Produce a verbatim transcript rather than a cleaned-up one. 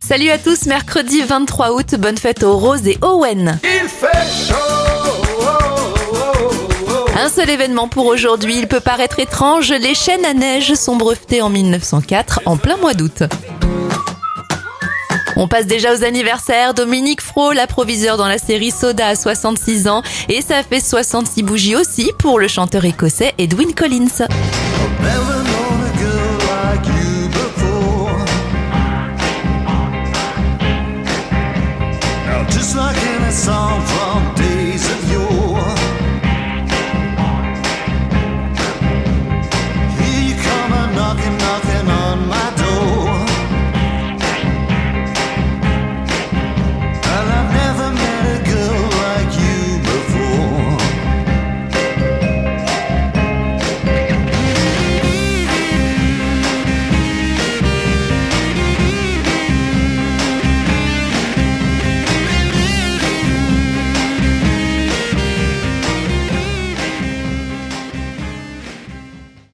Salut à tous, mercredi vingt-trois août, bonne fête aux Rose et Owen. Il fait chaud, oh, oh, oh, oh. Un seul événement pour aujourd'hui, il peut paraître étrange, les chaînes à neige sont brevetées en mille neuf cent quatre, en plein mois d'août. On passe déjà aux anniversaires. Dominique Fro, l'approviseur dans la série Soda, a soixante-six ans et ça fait soixante-six bougies aussi pour le chanteur écossais Edwyn Collins. Never